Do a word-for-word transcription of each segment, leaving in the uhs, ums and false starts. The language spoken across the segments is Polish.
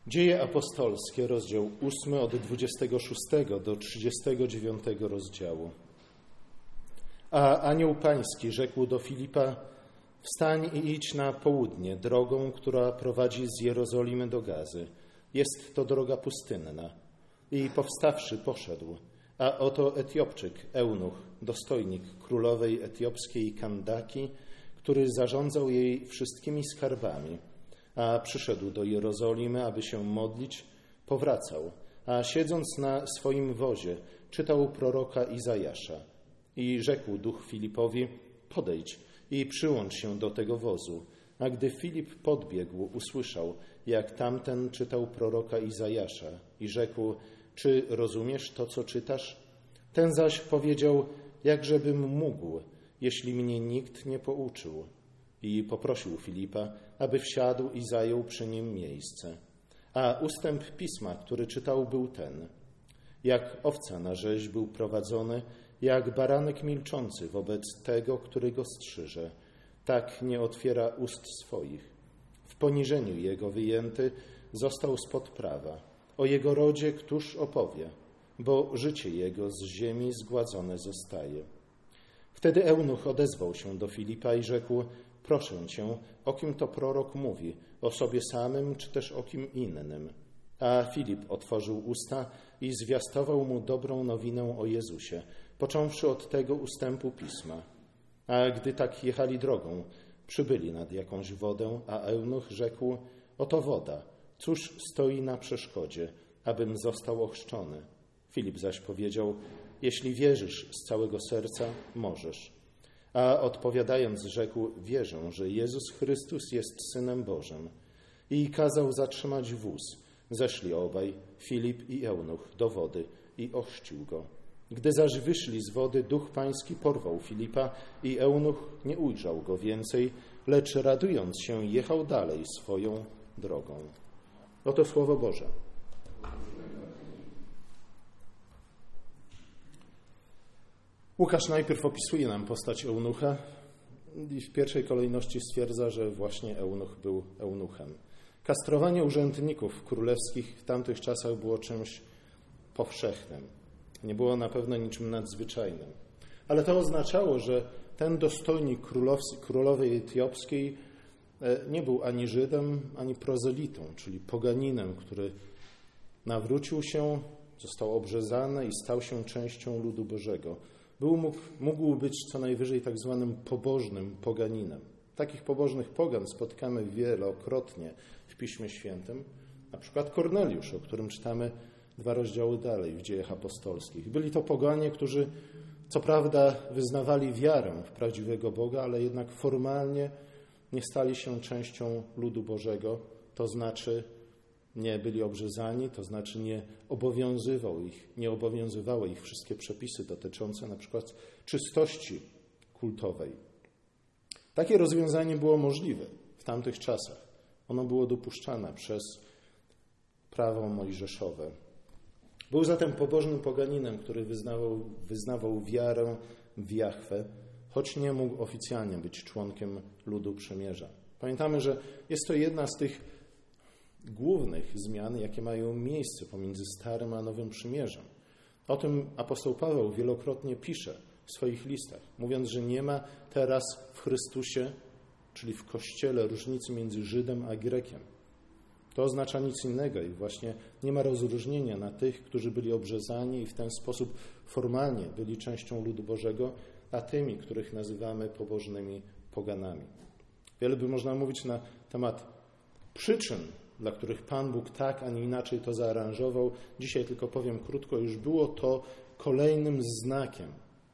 Dzieje apostolskie, rozdział ósmy, od dwudziestego szóstego do trzydziestego dziewiątego rozdziału. A anioł pański rzekł do Filipa: wstań i idź na południe drogą, która prowadzi z Jerozolimy do Gazy. Jest to droga pustynna. I powstawszy poszedł. A oto Etiopczyk, eunuch, dostojnik królowej etiopskiej Kandaki, który zarządzał jej wszystkimi skarbami, a przyszedł do Jerozolimy, aby się modlić, powracał, a siedząc na swoim wozie, czytał proroka Izajasza. I rzekł duch Filipowi: podejdź i przyłącz się do tego wozu. A gdy Filip podbiegł, usłyszał, jak tamten czytał proroka Izajasza i rzekł: czy rozumiesz to, co czytasz? Ten zaś powiedział: jakżebym mógł, jeśli mnie nikt nie pouczył. I poprosił Filipa, aby wsiadł i zajął przy nim miejsce. A ustęp pisma, który czytał, był ten: jak owca na rzeź był prowadzony, jak baranek milczący wobec tego, który go strzyże, tak nie otwiera ust swoich. W poniżeniu jego wyjęty został spod prawa. O jego rodzie któż opowie, bo życie jego z ziemi zgładzone zostaje. Wtedy eunuch odezwał się do Filipa i rzekł: proszę cię, o kim to prorok mówi, o sobie samym, czy też o kim innym? A Filip otworzył usta i zwiastował mu dobrą nowinę o Jezusie, począwszy od tego ustępu pisma. A gdy tak jechali drogą, przybyli nad jakąś wodę, a eunuch rzekł: oto woda, cóż stoi na przeszkodzie, abym został ochrzczony? Filip zaś powiedział: jeśli wierzysz z całego serca, możesz. A odpowiadając rzekł: wierzę, że Jezus Chrystus jest Synem Bożym. I kazał zatrzymać wóz. Zeszli obaj, Filip i eunuch, do wody i ochrzcił go. Gdy zaś wyszli z wody, duch pański porwał Filipa i eunuch nie ujrzał go więcej, lecz radując się jechał dalej swoją drogą. Oto Słowo Boże. Łukasz najpierw opisuje nam postać eunucha i w pierwszej kolejności stwierdza, że właśnie eunuch był eunuchem. Kastrowanie urzędników królewskich w tamtych czasach było czymś powszechnym. Nie było na pewno niczym nadzwyczajnym. Ale to oznaczało, że ten dostojnik królowej etiopskiej nie był ani Żydem, ani prozelitą, czyli poganinem, który nawrócił się, został obrzezany i stał się częścią ludu Bożego. Był mógł, mógł być co najwyżej tak zwanym pobożnym poganinem. Takich pobożnych pogan spotykamy wielokrotnie w Piśmie Świętym. Na przykład Korneliusz, o którym czytamy dwa rozdziały dalej w Dziejach Apostolskich. Byli to poganie, którzy co prawda wyznawali wiarę w prawdziwego Boga, ale jednak formalnie nie stali się częścią ludu Bożego, to znaczy nie byli obrzezani, to znaczy nie obowiązywał ich, nie obowiązywały ich wszystkie przepisy dotyczące na przykład czystości kultowej. Takie rozwiązanie było możliwe w tamtych czasach. Ono było dopuszczane przez prawo mojżeszowe. Był zatem pobożnym poganinem, który wyznawał, wyznawał wiarę w Jahwe, choć nie mógł oficjalnie być członkiem ludu przymierza. Pamiętamy, że jest to jedna z tych głównych zmian, jakie mają miejsce pomiędzy Starym a Nowym Przymierzem. O tym apostoł Paweł wielokrotnie pisze w swoich listach, mówiąc, że nie ma teraz w Chrystusie, czyli w Kościele, różnicy między Żydem a Grekiem. To oznacza nic innego i właśnie nie ma rozróżnienia na tych, którzy byli obrzezani i w ten sposób formalnie byli częścią ludu Bożego, a tymi, których nazywamy pobożnymi poganami. Wiele by można mówić na temat przyczyn, dla których Pan Bóg tak, a nie inaczej to zaaranżował. Dzisiaj tylko powiem krótko, już było to kolejnym znakiem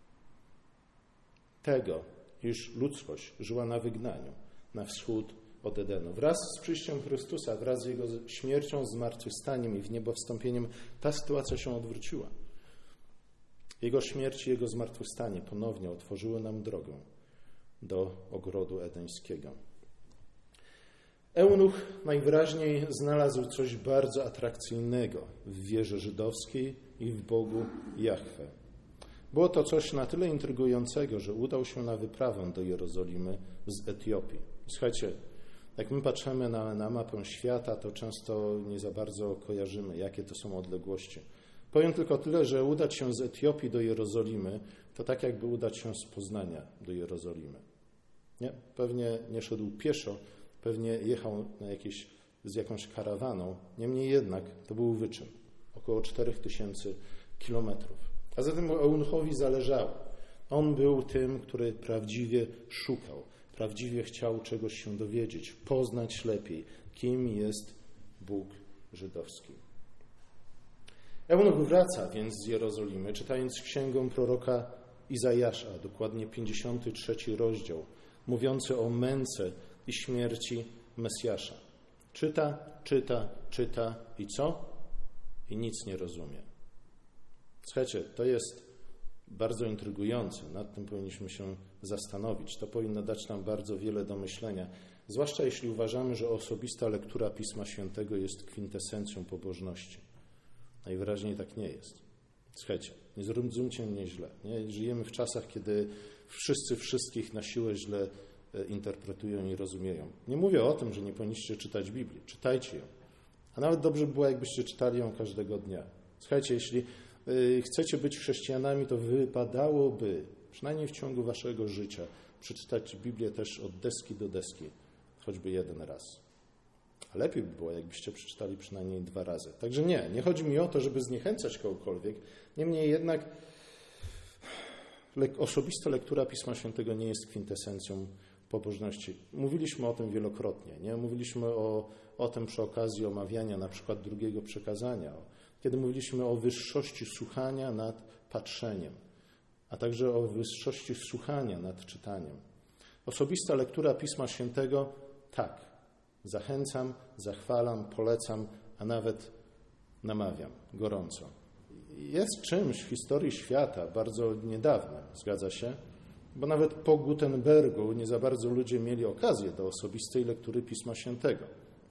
tego, iż ludzkość żyła na wygnaniu, na wschód od Edenu. Wraz z przyjściem Chrystusa, wraz z Jego śmiercią, zmartwychwstaniem i wniebowstąpieniem ta sytuacja się odwróciła. Jego śmierć i Jego zmartwychwstanie ponownie otworzyły nam drogę do ogrodu edeńskiego. Eunuch najwyraźniej znalazł coś bardzo atrakcyjnego w wierze żydowskiej i w Bogu Jahwe. Było to coś na tyle intrygującego, że udał się na wyprawę do Jerozolimy z Etiopii. Słuchajcie, Jak my patrzymy na, na mapę świata, to często nie za bardzo kojarzymy, jakie to są odległości. Powiem tylko tyle, że udać się z Etiopii do Jerozolimy, to tak jakby udać się z Poznania do Jerozolimy. Nie? Pewnie nie szedł pieszo, pewnie jechał na jakieś, z jakąś karawaną. Niemniej jednak to był wyczyn. Około czterech tysięcy kilometrów. A zatem eunuchowi zależało. On był tym, który prawdziwie szukał, prawdziwie chciał czegoś się dowiedzieć, poznać lepiej, kim jest Bóg żydowski. Eunuch wraca więc z Jerozolimy, czytając księgę proroka Izajasza, dokładnie pięćdziesiąty trzeci rozdział, mówiący o męce i śmierci Mesjasza. Czyta, czyta, czyta i co? I nic nie rozumie. Słuchajcie, to jest bardzo intrygujące. Nad tym powinniśmy się zastanowić. To powinno dać nam bardzo wiele do myślenia. Zwłaszcza jeśli uważamy, że osobista lektura Pisma Świętego jest kwintesencją pobożności. Najwyraźniej tak nie jest. Słuchajcie, nie zrozumcie mnie źle. Nie? Żyjemy w czasach, kiedy wszyscy wszystkich na siłę źle interpretują i rozumieją. Nie mówię o tym, że nie powinniście czytać Biblii. Czytajcie ją. A nawet dobrze by było, jakbyście czytali ją każdego dnia. Słuchajcie, jeśli chcecie być chrześcijanami, to wypadałoby, przynajmniej w ciągu waszego życia, przeczytać Biblię też od deski do deski, choćby jeden raz. A lepiej by było, jakbyście przeczytali przynajmniej dwa razy. Także nie, nie chodzi mi o to, żeby zniechęcać kogokolwiek. Niemniej jednak le- osobista lektura Pisma Świętego nie jest kwintesencją pobożności. Mówiliśmy o tym wielokrotnie. Nie? Mówiliśmy o, o tym przy okazji omawiania na przykład drugiego przekazania, kiedy mówiliśmy o wyższości słuchania nad patrzeniem, a także o wyższości słuchania nad czytaniem. Osobista lektura Pisma Świętego, tak, zachęcam, zachwalam, polecam, a nawet namawiam gorąco. Jest czymś w historii świata bardzo niedawnym, zgadza się, bo nawet po Gutenbergu nie za bardzo ludzie mieli okazję do osobistej lektury Pisma Świętego.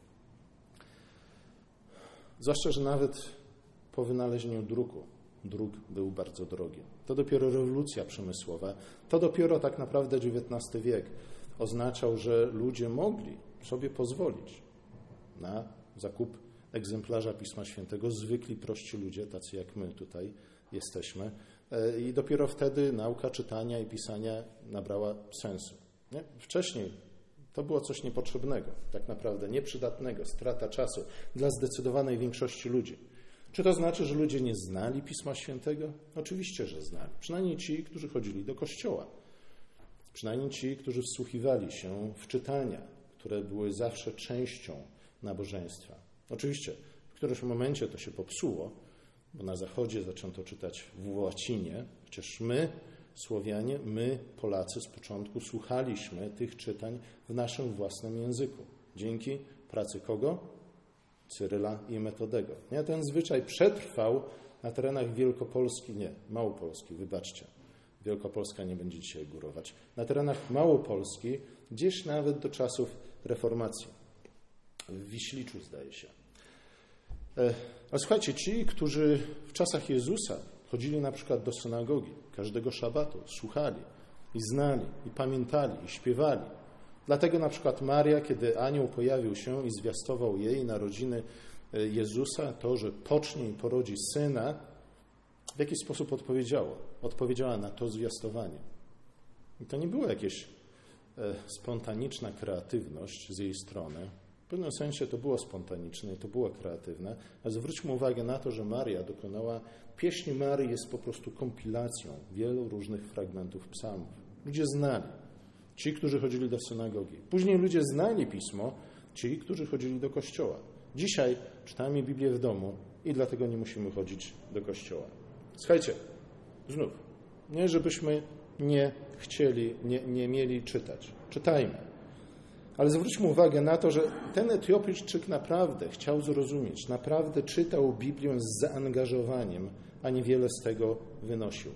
Zwłaszcza, że nawet po wynalezieniu druku druk był bardzo drogi. To dopiero rewolucja przemysłowa, to dopiero tak naprawdę dziewiętnasty wiek oznaczał, że ludzie mogli sobie pozwolić na zakup egzemplarza Pisma Świętego, zwykli prości ludzie, tacy jak my tutaj jesteśmy. I dopiero wtedy nauka czytania i pisania nabrała sensu. Nie? Wcześniej to było coś niepotrzebnego, tak naprawdę nieprzydatnego, strata czasu dla zdecydowanej większości ludzi. Czy to znaczy, że ludzie nie znali Pisma Świętego? Oczywiście, że znali. Przynajmniej ci, którzy chodzili do kościoła. Przynajmniej ci, którzy wsłuchiwali się w czytania, które były zawsze częścią nabożeństwa. Oczywiście, w którymś momencie to się popsuło, bo na Zachodzie zaczęto czytać w łacinie, chociaż my, Słowianie, my, Polacy, z początku słuchaliśmy tych czytań w naszym własnym języku. Dzięki pracy kogo? Cyryla i Metodego. Nie? Ten zwyczaj przetrwał na terenach Wielkopolski, nie, Małopolski, wybaczcie. Wielkopolska nie będzie dzisiaj górować. Na terenach Małopolski, gdzieś nawet do czasów reformacji. W Wiśliczu, zdaje się. A słuchajcie, ci, którzy w czasach Jezusa chodzili na przykład do synagogi każdego szabatu, słuchali i znali, i pamiętali, i śpiewali. Dlatego na przykład Maria, kiedy anioł pojawił się i zwiastował jej narodziny Jezusa, to, że pocznie i porodzi syna, w jaki sposób odpowiedziała? Odpowiedziała na to zwiastowanie. I to nie była jakaś spontaniczna kreatywność z jej strony. W pewnym sensie to było spontaniczne i to było kreatywne, ale zwróćmy uwagę na to, że Maria dokonała, pieśń Marii jest po prostu kompilacją wielu różnych fragmentów psalmów. Ludzie znali. Ci, którzy chodzili do synagogi. Później ludzie znali Pismo, ci, którzy chodzili do kościoła. Dzisiaj czytamy Biblię w domu i dlatego nie musimy chodzić do kościoła. Słuchajcie, znów, nie żebyśmy nie chcieli, nie, nie mieli czytać. Czytajmy. Ale zwróćmy uwagę na to, że ten Etiopijczyk naprawdę chciał zrozumieć, naprawdę czytał Biblię z zaangażowaniem, a niewiele z tego wynosił.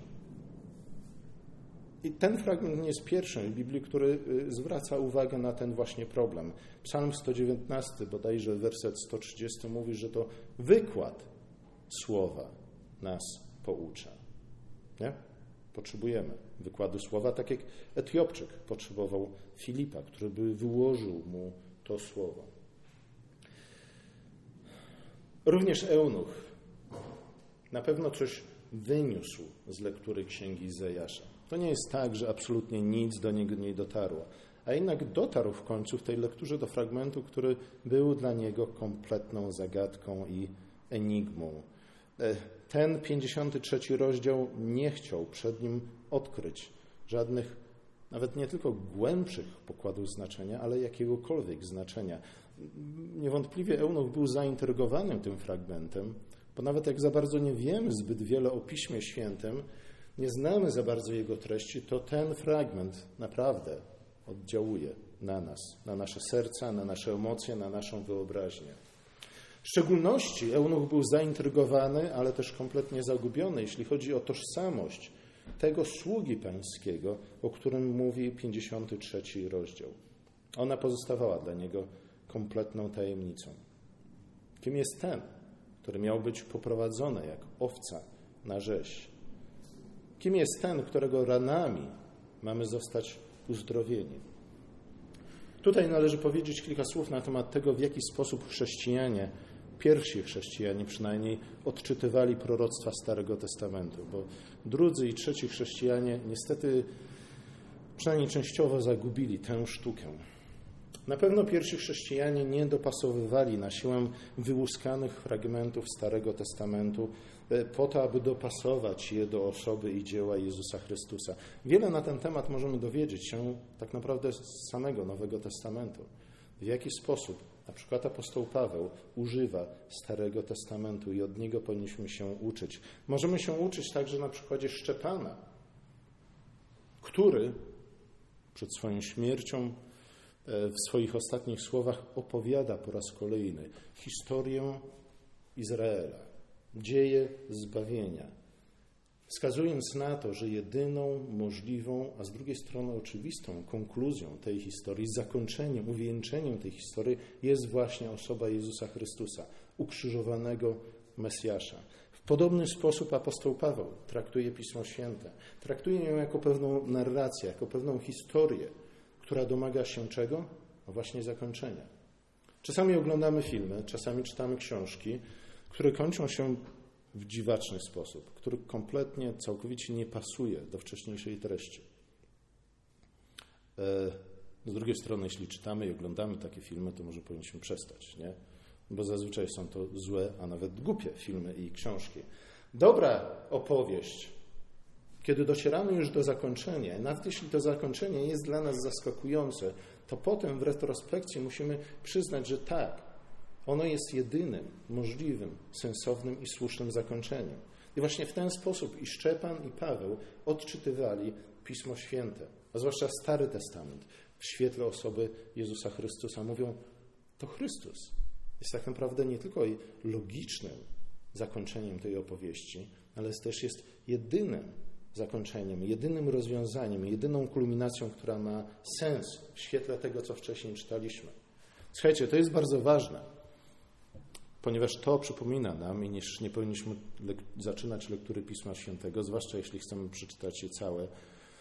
I ten fragment nie jest pierwszym w Biblii, który zwraca uwagę na ten właśnie problem. Psalm sto dziewiętnasty, bodajże werset sto trzydziesty mówi, że to wykład słowa nas poucza. Nie? Potrzebujemy wykładu słowa, tak jak Etiopczyk potrzebował Filipa, który by wyłożył mu to słowo. Również eunuch na pewno coś wyniósł z lektury Księgi Izajasza. To nie jest tak, że absolutnie nic do niego nie dotarło, a jednak dotarł w końcu w tej lekturze do fragmentu, który był dla niego kompletną zagadką i enigmą. Ten pięćdziesiąty trzeci rozdział nie chciał przed nim odkryć żadnych, nawet nie tylko głębszych pokładów znaczenia, ale jakiegokolwiek znaczenia. Niewątpliwie eunuch był zaintrygowany tym fragmentem, bo nawet jak za bardzo nie wiemy zbyt wiele o Piśmie Świętym, nie znamy za bardzo jego treści, to ten fragment naprawdę oddziałuje na nas, na nasze serca, na nasze emocje, na naszą wyobraźnię. W szczególności eunuch był zaintrygowany, ale też kompletnie zagubiony, jeśli chodzi o tożsamość tego sługi pańskiego, o którym mówi pięćdziesiąty trzeci rozdział. Ona pozostawała dla niego kompletną tajemnicą. Kim jest ten, który miał być poprowadzony jak owca na rzeź? Kim jest ten, którego ranami mamy zostać uzdrowieni? Tutaj należy powiedzieć kilka słów na temat tego, w jaki sposób chrześcijanie, pierwsi chrześcijanie przynajmniej, odczytywali proroctwa Starego Testamentu, bo drudzy i trzeci chrześcijanie niestety przynajmniej częściowo zagubili tę sztukę. Na pewno pierwsi chrześcijanie nie dopasowywali na siłę wyłuskanych fragmentów Starego Testamentu po to, aby dopasować je do osoby i dzieła Jezusa Chrystusa. Wiele na ten temat możemy dowiedzieć się tak naprawdę z samego Nowego Testamentu. W jaki sposób na przykład apostoł Paweł używa Starego Testamentu i od niego powinniśmy się uczyć. Możemy się uczyć także na przykładzie Szczepana, który przed swoją śmiercią w swoich ostatnich słowach opowiada po raz kolejny historię Izraela, dzieje zbawienia, wskazując na to, że jedyną możliwą, a z drugiej strony oczywistą konkluzją tej historii, zakończeniem, uwieńczeniem tej historii jest właśnie osoba Jezusa Chrystusa, ukrzyżowanego Mesjasza. W podobny sposób apostoł Paweł traktuje Pismo Święte. Traktuje ją jako pewną narrację, jako pewną historię, która domaga się czego? No właśnie zakończenia. Czasami oglądamy filmy, czasami czytamy książki, które kończą się w dziwaczny sposób, który kompletnie, całkowicie nie pasuje do wcześniejszej treści. Z drugiej strony, jeśli czytamy i oglądamy takie filmy, to może powinniśmy przestać, nie? Bo zazwyczaj są to złe, a nawet głupie filmy i książki. Dobra opowieść, kiedy docieramy już do zakończenia, nawet jeśli to zakończenie jest dla nas zaskakujące, to potem w retrospekcji musimy przyznać, że tak, ono jest jedynym możliwym, sensownym i słusznym zakończeniem. I właśnie w ten sposób i Szczepan, i Paweł odczytywali Pismo Święte, a zwłaszcza Stary Testament, w świetle osoby Jezusa Chrystusa. Mówią, to Chrystus jest tak naprawdę nie tylko logicznym zakończeniem tej opowieści, ale też jest jedynym zakończeniem, jedynym rozwiązaniem, jedyną kulminacją, która ma sens w świetle tego, co wcześniej czytaliśmy. Słuchajcie, to jest bardzo ważne, ponieważ to przypomina nam, iż nie powinniśmy lek- zaczynać lektury Pisma Świętego, zwłaszcza jeśli chcemy przeczytać je całe,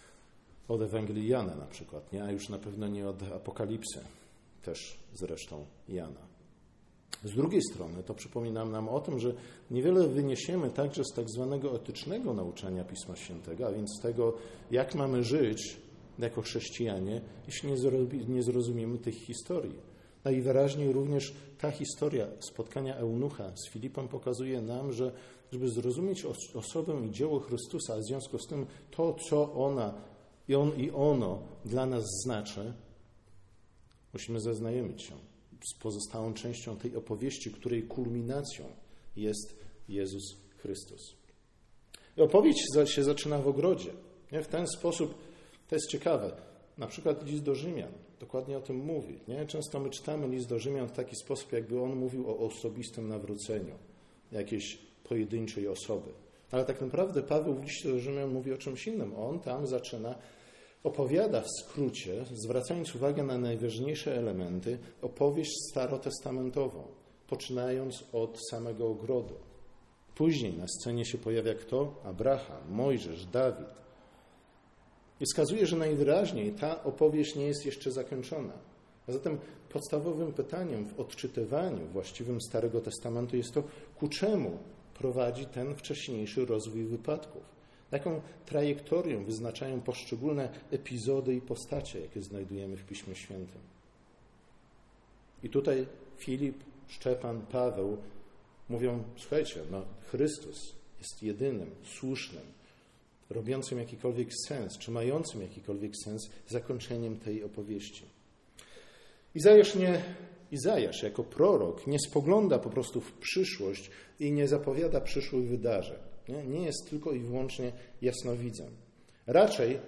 od Ewangelii Jana na przykład, nie? A już na pewno nie od Apokalipsy, też zresztą Jana. Z drugiej strony to przypomina nam o tym, że niewiele wyniesiemy także z tak zwanego etycznego nauczania Pisma Świętego, a więc z tego, jak mamy żyć jako chrześcijanie, jeśli nie, zrobi, nie zrozumiemy tych historii. Najwyraźniej również ta historia spotkania eunucha z Filipem pokazuje nam, że żeby zrozumieć osobę i dzieło Chrystusa, a w związku z tym to, co ona i on i ono dla nas znaczy, musimy zaznajomić się z pozostałą częścią tej opowieści, której kulminacją jest Jezus Chrystus. I opowieść się zaczyna w ogrodzie. Nie? W ten sposób, to jest ciekawe, na przykład list do Rzymian dokładnie o tym mówi. Nie? Często my czytamy list do Rzymian w taki sposób, jakby on mówił o osobistym nawróceniu jakiejś pojedynczej osoby. Ale tak naprawdę Paweł w liście do Rzymian mówi o czymś innym. On tam zaczyna, opowiada w skrócie, zwracając uwagę na najważniejsze elementy, opowieść starotestamentową, poczynając od samego ogrodu. Później na scenie się pojawia kto? Abraham, Mojżesz, Dawid. I wskazuje, że najwyraźniej ta opowieść nie jest jeszcze zakończona. A zatem podstawowym pytaniem w odczytywaniu właściwym Starego Testamentu jest to, ku czemu prowadzi ten wcześniejszy rozwój wypadków. Jaką trajektorię wyznaczają poszczególne epizody i postacie, jakie znajdujemy w Piśmie Świętym. I tutaj Filip, Szczepan, Paweł mówią, słuchajcie, no Chrystus jest jedynym, słusznym, robiącym jakikolwiek sens, czy mającym jakikolwiek sens zakończeniem tej opowieści. Izajasz, nie, Izajasz jako prorok nie spogląda po prostu w przyszłość i nie zapowiada przyszłych wydarzeń. Nie, nie jest tylko i wyłącznie jasnowidzem. Raczej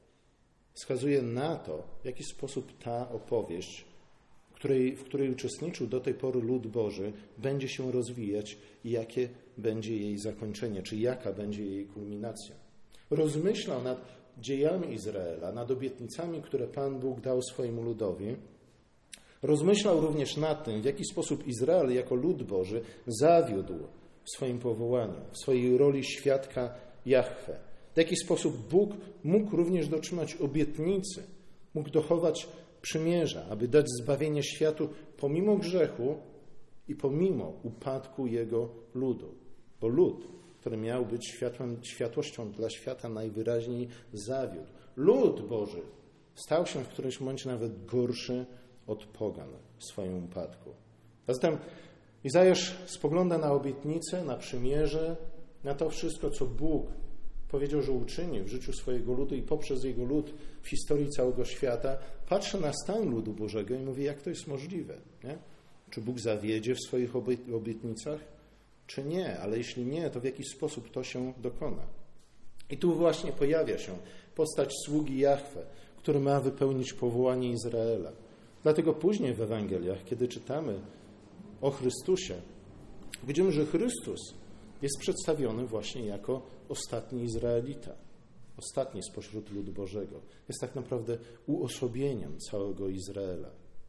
wskazuje na to, w jaki sposób ta opowieść, w której, w której uczestniczył do tej pory lud Boży, będzie się rozwijać i jakie będzie jej zakończenie, czy jaka będzie jej kulminacja. Rozmyślał nad dziejami Izraela, nad obietnicami, które Pan Bóg dał swojemu ludowi. Rozmyślał również nad tym, w jaki sposób Izrael jako lud Boży zawiódł w swoim powołaniu, w swojej roli świadka Jahwe. W jaki sposób Bóg mógł również dotrzymać obietnicy, mógł dochować przymierza, aby dać zbawienie światu pomimo grzechu i pomimo upadku Jego ludu. Bo lud, który miał być światłem, światłością dla świata, najwyraźniej zawiódł. Lud Boży stał się w którymś momencie nawet gorszy od pogan w swoim upadku. A zatem Izajasz spogląda na obietnicę, na przymierze, na to wszystko, co Bóg powiedział, że uczyni w życiu swojego ludu i poprzez jego lud w historii całego świata. Patrzy na stan ludu Bożego i mówi, jak to jest możliwe. Nie? Czy Bóg zawiedzie w swoich obietnicach, czy nie? Ale jeśli nie, to w jaki sposób to się dokona? I tu właśnie pojawia się postać sługi Jahwe, który ma wypełnić powołanie Izraela. Dlatego później w Ewangeliach, kiedy czytamy o Chrystusie, widzimy, że Chrystus jest przedstawiony właśnie jako ostatni Izraelita, ostatni spośród ludu Bożego. Jest tak naprawdę uosobieniem całego Izraela.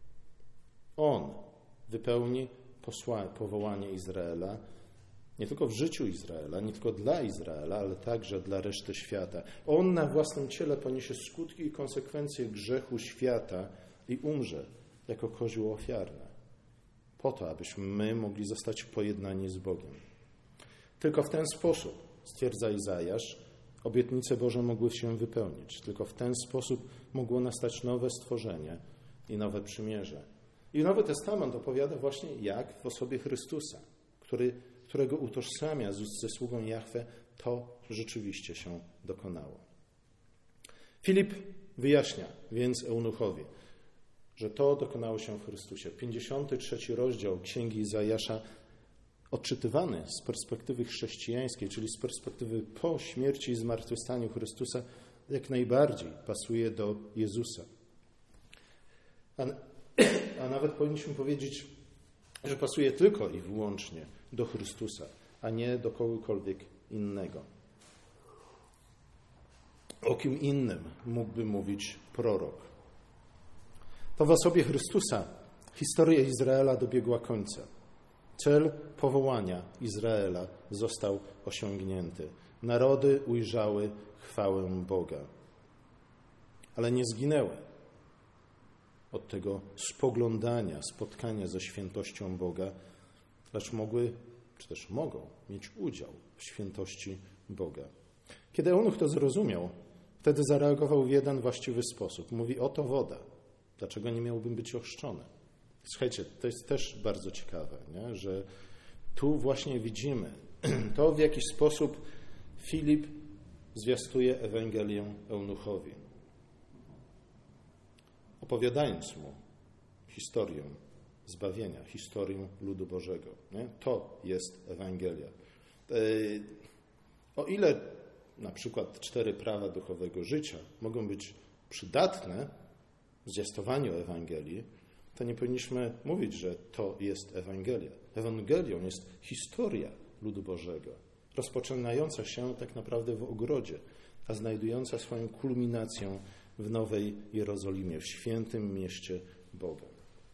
On wypełni posła, powołanie Izraela nie tylko w życiu Izraela, nie tylko dla Izraela, ale także dla reszty świata. On na własnym ciele poniesie skutki i konsekwencje grzechu świata i umrze jako kozioł ofiarny, po to, abyśmy my mogli zostać pojednani z Bogiem. Tylko w ten sposób, stwierdza Izajasz, obietnice Boże mogły się wypełnić. Tylko w ten sposób mogło nastać nowe stworzenie i nowe przymierze. I Nowy Testament opowiada właśnie, jak w osobie Chrystusa, który, którego utożsamia ze sługą Jahwe, to rzeczywiście się dokonało. Filip wyjaśnia więc eunuchowi, że to dokonało się w Chrystusie. pięćdziesiąty trzeci rozdział Księgi Izajasza, odczytywany z perspektywy chrześcijańskiej, czyli z perspektywy po śmierci i zmartwychwstaniu Chrystusa, jak najbardziej pasuje do Jezusa. A, a nawet powinniśmy powiedzieć, że pasuje tylko i wyłącznie do Chrystusa, a nie do kogokolwiek innego. O kim innym mógłby mówić prorok? To w osobie Chrystusa historia Izraela dobiegła końca. Cel powołania Izraela został osiągnięty. Narody ujrzały chwałę Boga, ale nie zginęły od tego spoglądania, spotkania ze świętością Boga, lecz mogły, czy też mogą mieć udział w świętości Boga. Kiedy eunuch to zrozumiał, wtedy zareagował w jeden właściwy sposób. Mówi, oto woda. Dlaczego nie miałbym być ochrzczony? Słuchajcie, to jest też bardzo ciekawe, nie? Że tu właśnie widzimy to, w jaki sposób Filip zwiastuje Ewangelię eunuchowi. Opowiadając mu historię zbawienia, historię ludu Bożego. Nie? To jest Ewangelia. O ile na przykład cztery prawa duchowego życia mogą być przydatne w zwiastowaniu Ewangelii, to nie powinniśmy mówić, że to jest Ewangelia. Ewangelią jest historia ludu Bożego, rozpoczynająca się tak naprawdę w ogrodzie, a znajdująca swoją kulminację w Nowej Jerozolimie, w świętym mieście Boga.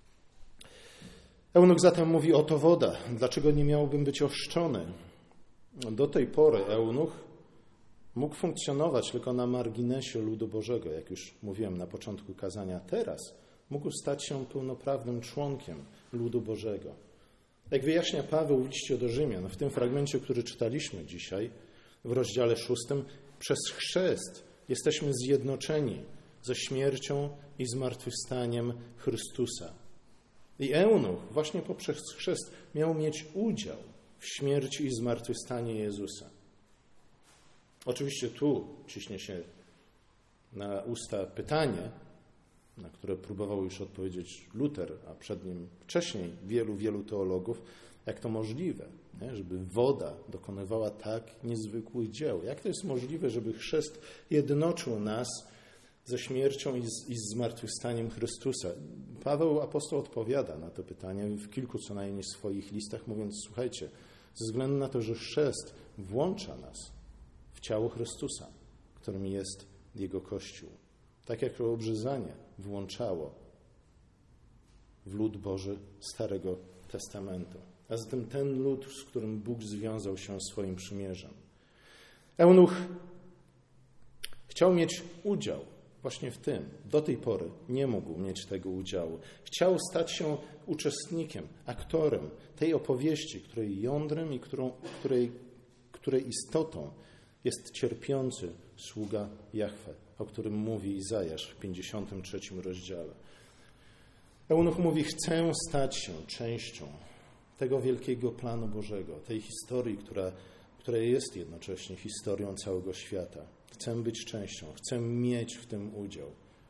Eunuch zatem mówi, oto woda, dlaczego nie miałbym być ochrzczony? Do tej pory eunuch mógł funkcjonować tylko na marginesie ludu Bożego, jak już mówiłem na początku kazania. Teraz mógł stać się pełnoprawnym członkiem ludu Bożego. Jak wyjaśnia Paweł w liście do Rzymian, w tym fragmencie, który czytaliśmy dzisiaj, w rozdziale szóstym, przez chrzest jesteśmy zjednoczeni ze śmiercią i zmartwychwstaniem Chrystusa. I eunuch właśnie poprzez chrzest miał mieć udział w śmierci i zmartwychwstaniu Jezusa. Oczywiście tu ciśnie się na usta pytanie, na które próbował już odpowiedzieć Luter, a przed nim wcześniej wielu, wielu teologów, jak to możliwe, nie? Żeby woda dokonywała tak niezwykłych dzieł. Jak to jest możliwe, żeby chrzest jednoczył nas ze śmiercią i z, i z zmartwychwstaniem Chrystusa? Paweł apostoł odpowiada na to pytanie w kilku co najmniej swoich listach, mówiąc, słuchajcie, ze względu na to, że chrzest włącza nas w ciało Chrystusa, którym jest Jego Kościół. Tak jak obrzezanie włączało w lud Boży Starego Testamentu. A zatem ten lud, z którym Bóg związał się swoim przymierzem. Eunuch chciał mieć udział właśnie w tym. Do tej pory nie mógł mieć tego udziału. Chciał stać się uczestnikiem, aktorem tej opowieści, której jądrem i którą, której, której istotą jest cierpiący sługa Jahwe, o którym mówi Izajasz w pięćdziesiątym trzecim rozdziale. Eunuch mówi, chcę stać się częścią tego wielkiego planu Bożego, tej historii, która, która jest jednocześnie historią całego świata. Chcę być częścią, chcę mieć w tym udział.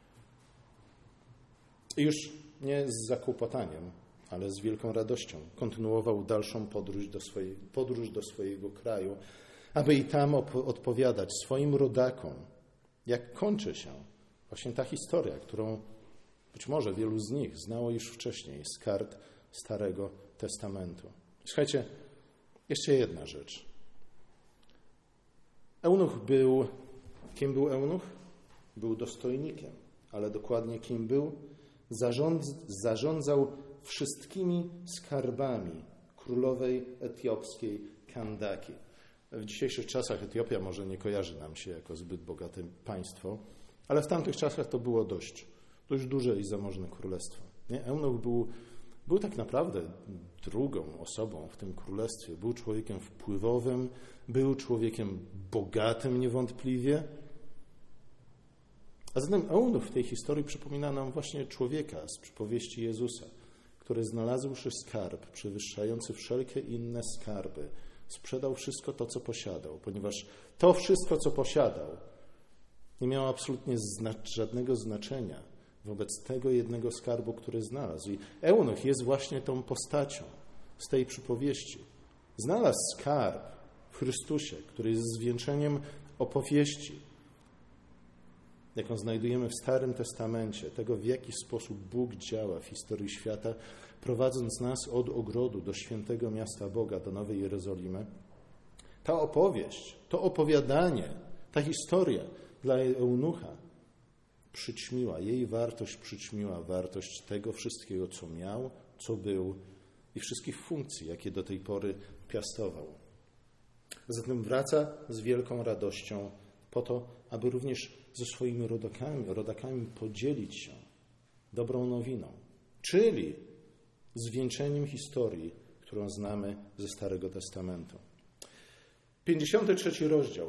I już nie z zakłopotaniem, ale z wielką radością kontynuował dalszą podróż do, swojej, podróż do swojego kraju, aby i tam op- odpowiadać swoim rodakom, jak kończy się właśnie ta historia, którą być może wielu z nich znało już wcześniej z kart Starego Testamentu. Słuchajcie, jeszcze jedna rzecz. Eunuch był, kim był Eunuch? Był dostojnikiem, ale dokładnie kim był? Zarząd, zarządzał wszystkimi skarbami królowej etiopskiej Kandaki. W dzisiejszych czasach Etiopia może nie kojarzy nam się jako zbyt bogate państwo, ale w tamtych czasach to było dość, dość duże i zamożne królestwo. Nie? Eunuch był, był tak naprawdę drugą osobą w tym królestwie. Był człowiekiem wpływowym, był człowiekiem bogatym niewątpliwie. A zatem Eunuch w tej historii przypomina nam właśnie człowieka z przypowieści Jezusa, który znalazłszy skarb przewyższający wszelkie inne skarby, sprzedał wszystko to, co posiadał, ponieważ to wszystko, co posiadał, nie miało absolutnie zna- żadnego znaczenia wobec tego jednego skarbu, który znalazł. I Eunuch jest właśnie tą postacią z tej przypowieści. Znalazł skarb w Chrystusie, który jest zwieńczeniem opowieści, jaką znajdujemy w Starym Testamencie, tego, w jaki sposób Bóg działa w historii świata, prowadząc nas od ogrodu do świętego miasta Boga, do Nowej Jerozolimy. Ta opowieść, to opowiadanie, ta historia dla Eunucha przyćmiła, jej wartość przyćmiła wartość tego wszystkiego, co miał, co był i wszystkich funkcji, jakie do tej pory piastował. Zatem wraca z wielką radością po to, aby również ze swoimi rodakami, rodakami podzielić się dobrą nowiną, czyli zwieńczeniem historii, którą znamy ze Starego Testamentu. pięćdziesiąty trzeci rozdział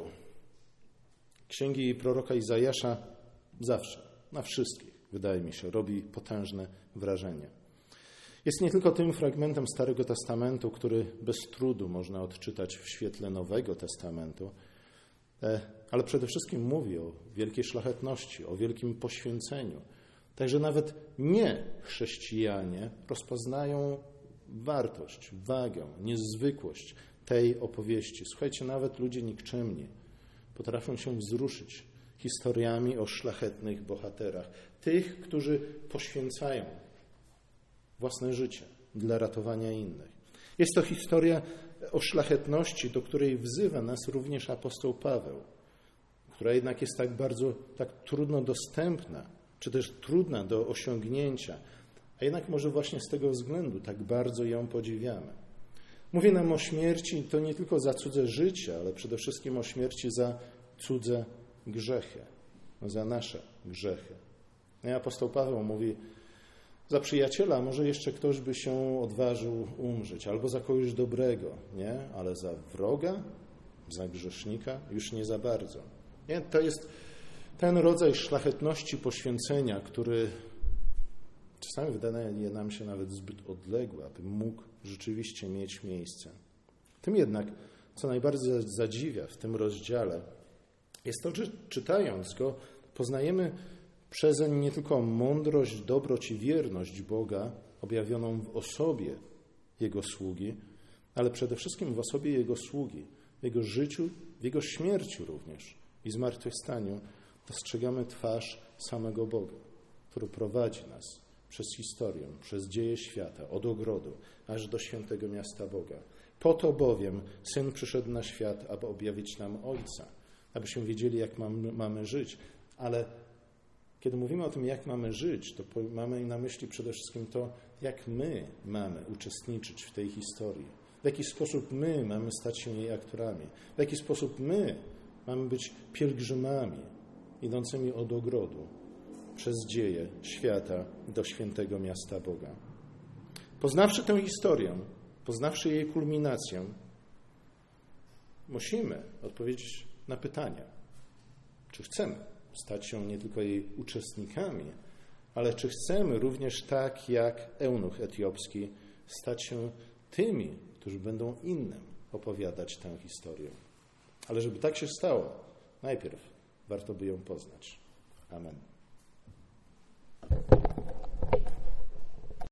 Księgi proroka Izajasza zawsze, na wszystkich, wydaje mi się, robi potężne wrażenie. Jest nie tylko tym fragmentem Starego Testamentu, który bez trudu można odczytać w świetle Nowego Testamentu, ale przede wszystkim mówi o wielkiej szlachetności, o wielkim poświęceniu. Także nawet nie chrześcijanie rozpoznają wartość, wagę, niezwykłość tej opowieści. Słuchajcie, nawet ludzie nikczemni potrafią się wzruszyć historiami o szlachetnych bohaterach. Tych, którzy poświęcają własne życie dla ratowania innych. Jest to historia o szlachetności, do której wzywa nas również apostoł Paweł, która jednak jest tak bardzo, tak trudno dostępna, czy też trudna do osiągnięcia, a jednak może właśnie z tego względu tak bardzo ją podziwiamy. Mówię nam o śmierci to nie tylko za cudze życie, ale przede wszystkim o śmierci za cudze grzechy, za nasze grzechy. No i apostoł Paweł mówi, Za przyjaciela może jeszcze ktoś by się odważył umrzeć, albo za kogoś dobrego, nie? Ale za wroga, za grzesznika już nie za bardzo. Nie? To jest ten rodzaj szlachetności poświęcenia, który czasami wydaje nam się nawet zbyt odległy, aby mógł rzeczywiście mieć miejsce. Tym jednak, co najbardziej zadziwia w tym rozdziale, jest to, że czytając go, poznajemy przezeń nie tylko mądrość, dobroć i wierność Boga objawioną w osobie Jego sługi, ale przede wszystkim w osobie Jego sługi, w Jego życiu, w Jego śmierci również i zmartwychwstaniu dostrzegamy twarz samego Boga, który prowadzi nas przez historię, przez dzieje świata, od ogrodu, aż do świętego miasta Boga. Po to bowiem Syn przyszedł na świat, aby objawić nam Ojca, abyśmy wiedzieli, jak mamy, mamy żyć. Ale kiedy mówimy o tym, jak mamy żyć, to mamy na myśli przede wszystkim to, jak my mamy uczestniczyć w tej historii. W jaki sposób my mamy stać się jej aktorami. W jaki sposób my mamy być pielgrzymami idącymi od ogrodu przez dzieje świata do świętego miasta Boga. Poznawszy tę historię, poznawszy jej kulminację, musimy odpowiedzieć na pytania, czy chcemy stać się nie tylko jej uczestnikami, ale czy chcemy również tak jak eunuch etiopski stać się tymi, którzy będą innym opowiadać tę historię. Ale żeby tak się stało, najpierw warto by ją poznać. Amen.